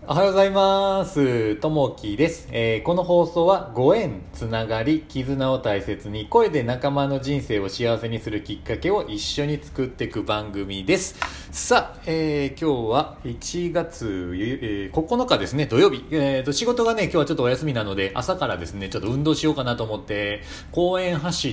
おはようございます。ともきです。この放送はご縁、つながり、絆を大切に声で仲間の人生を幸せにするきっかけを一緒に作っていく番組です。さあ、今日は1月、9日ですね、土曜日。仕事がね、今日はちょっとお休みなので、朝からですね、ちょっと運動しようかなと思って、公園走って、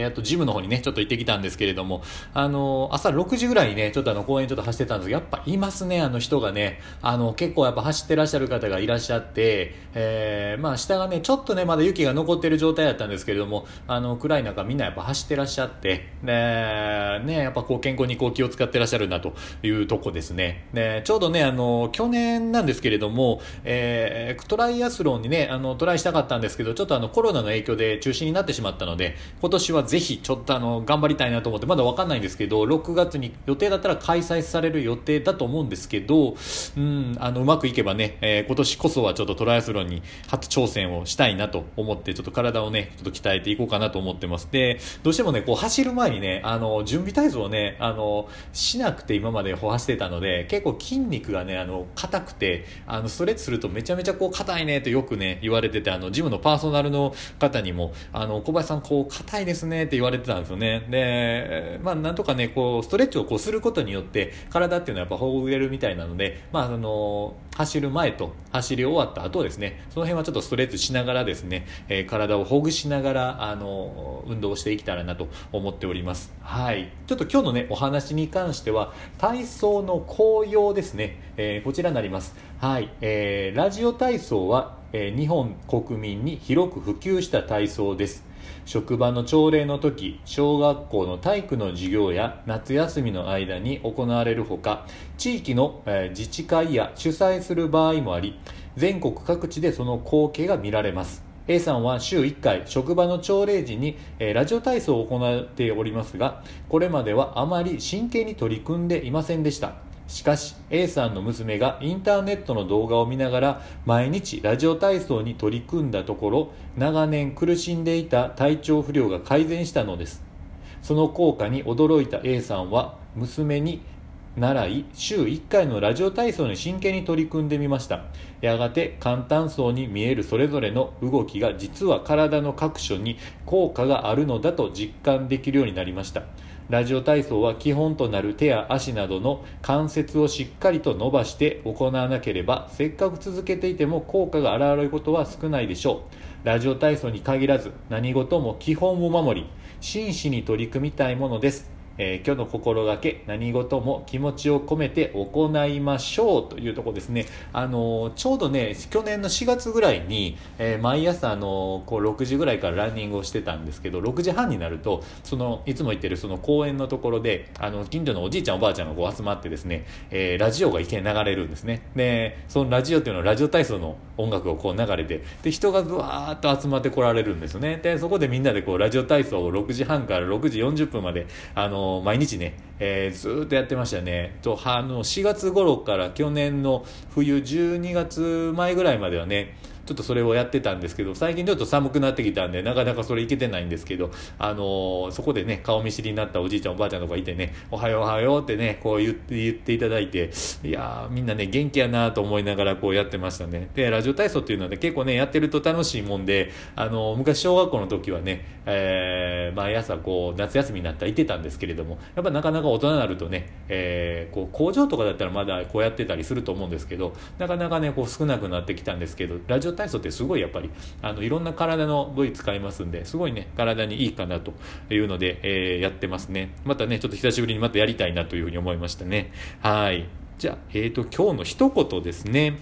あとジムの方にね、ちょっと行ってきたんですけれども、朝6時ぐらいにね、ちょっと公園ちょっと走ってたんですけど、やっぱいますね、人がね。結構やっぱ走ってらっしゃる方がいらっしゃって、下がねちょっとねまだ雪が残ってる状態だったんですけれども、暗い中みんなやっぱ走ってらっしゃって、やっぱこう健康にこう気を使ってらっしゃるなというとこですね。ちょうどね去年なんですけれども、トライアスロンにねトライしたかったんですけど、ちょっとコロナの影響で中止になってしまったので、今年はぜひちょっと頑張りたいなと思って、まだわかんないんですけど6月に予定だったら開催される予定だと思うんですけど、うまくいけばね、今年こそはちょっとトライアスロンに初挑戦をしたいなと思って、ちょっと体をねちょっと鍛えていこうかなと思ってます。でどうしてもねこう走る前にね準備体操をねしなくて今まで走ってたので、結構筋肉がね硬くてストレッチするとめちゃめちゃこう硬いねとよくね言われてて、ジムのパーソナルの方にも小林さんこう硬いですねって言われてたんですよね。でなんとかねこうストレッチをこうすることによって体っていうのはやっぱほぐれるみたいなので、走る前と走り終わった後ですね、その辺はちょっとストレッチしながらですね、体をほぐしながら運動していけたらなと思っております。はい、ちょっと今日のねお話に関しては体操の効用ですね、こちらになります。はい、ラジオ体操は、日本国民に広く普及した体操です。職場の朝礼の時、小学校の体育の授業や夏休みの間に行われるほか、地域の自治会や主催する場合もあり、全国各地でその光景が見られます。 A さんは週1回職場の朝礼時にラジオ体操を行っておりますが、これまではあまり真剣に取り組んでいませんでした。しかし A さんの娘がインターネットの動画を見ながら毎日ラジオ体操に取り組んだところ、長年苦しんでいた体調不良が改善したのです。その効果に驚いた A さんは娘に習い週1回のラジオ体操に真剣に取り組んでみました。やがて簡単そうに見えるそれぞれの動きが実は体の各所に効果があるのだと実感できるようになりました。ラジオ体操は基本となる手や足などの関節をしっかりと伸ばして行わなければ、せっかく続けていても効果が現れることは少ないでしょう。ラジオ体操に限らず何事も基本を守り真摯に取り組みたいものです。今日の心がけ、何事も気持ちを込めて行いましょうというところですね。ちょうどね去年の4月ぐらいに、毎朝こう6時ぐらいからランニングをしてたんですけど、6時半になるといつも行ってるその公園のところで近所のおじいちゃんおばあちゃんがこう集まってですね、ラジオが一見流れるんですね。でそのラジオっていうのはラジオ体操の音楽がこう流れて、で人がぶわーっと集まってこられるんですよね。でそこでみんなでこうラジオ体操を6時半から6時40分まで毎日ね、ずっとやってましたね。4月頃から去年の冬12月前ぐらいまではねちょっとそれをやってたんですけど、最近ちょっと寒くなってきたんでなかなかそれいけてないんですけど、そこでね顔見知りになったおじいちゃんおばあちゃんとかいてね、おはようおはようってねこう言っていただいて、いやーみんなね元気やなと思いながらこうやってましたね。でラジオ体操っていうのはね結構ねやってると楽しいもんで、昔小学校の時はね、毎朝こう夏休みになったら行ってたんですけれども、やっぱなかなか大人になるとね、こう工場とかだったらまだこうやってたりすると思うんですけど、なかなかねこう少なくなってきたんですけど、ラジオ体操ってすごいやっぱりいろんな体の部位使いますんで、すごいね体にいいかなというので、やってますね。またねちょっと久しぶりにまたやりたいなというふうに思いましたね。はい、じゃあ、今日の一言ですね。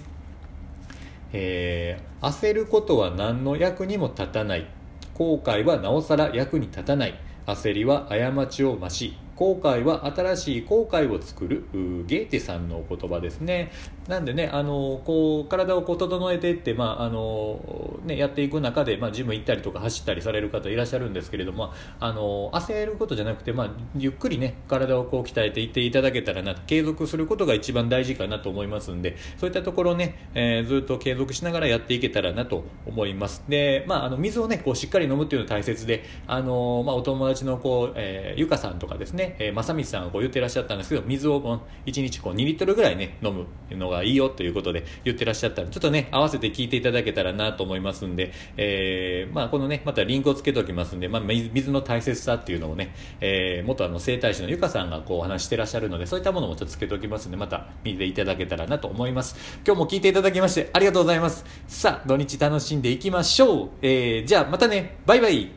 焦ることは何の役にも立たない、後悔はなおさら役に立たない、焦りは過ちを増し、後悔は新しい後悔を作る、ゲーテさんのお言葉ですね。なんでねこう体をこう整えていって、やっていく中で、ジム行ったりとか走ったりされる方いらっしゃるんですけれども、焦ることじゃなくて、ゆっくりね体をこう鍛えていっていただけたらな、継続することが一番大事かなと思いますんで、そういったところをね、ずっと継続しながらやっていけたらなと思います。で、水をねこうしっかり飲むっていうのが大切で、お友達のゆかさんとかですね、 ね、正光さんがこう言ってらっしゃったんですけど、水を1日こう2リットルぐらいね飲むのがいいよということで言ってらっしゃったら、ちょっとね合わせて聞いていただけたらなと思いますんで、このねまたリンクをつけておきますんで、水の大切さっていうのをね、元整体師のゆかさんがこうお話してらっしゃるので、そういったものもちょっとつけておきますんで、また見ていただけたらなと思います。今日も聞いていただきましてありがとうございます。さあ土日楽しんでいきましょう。じゃあまたね、バイバイ。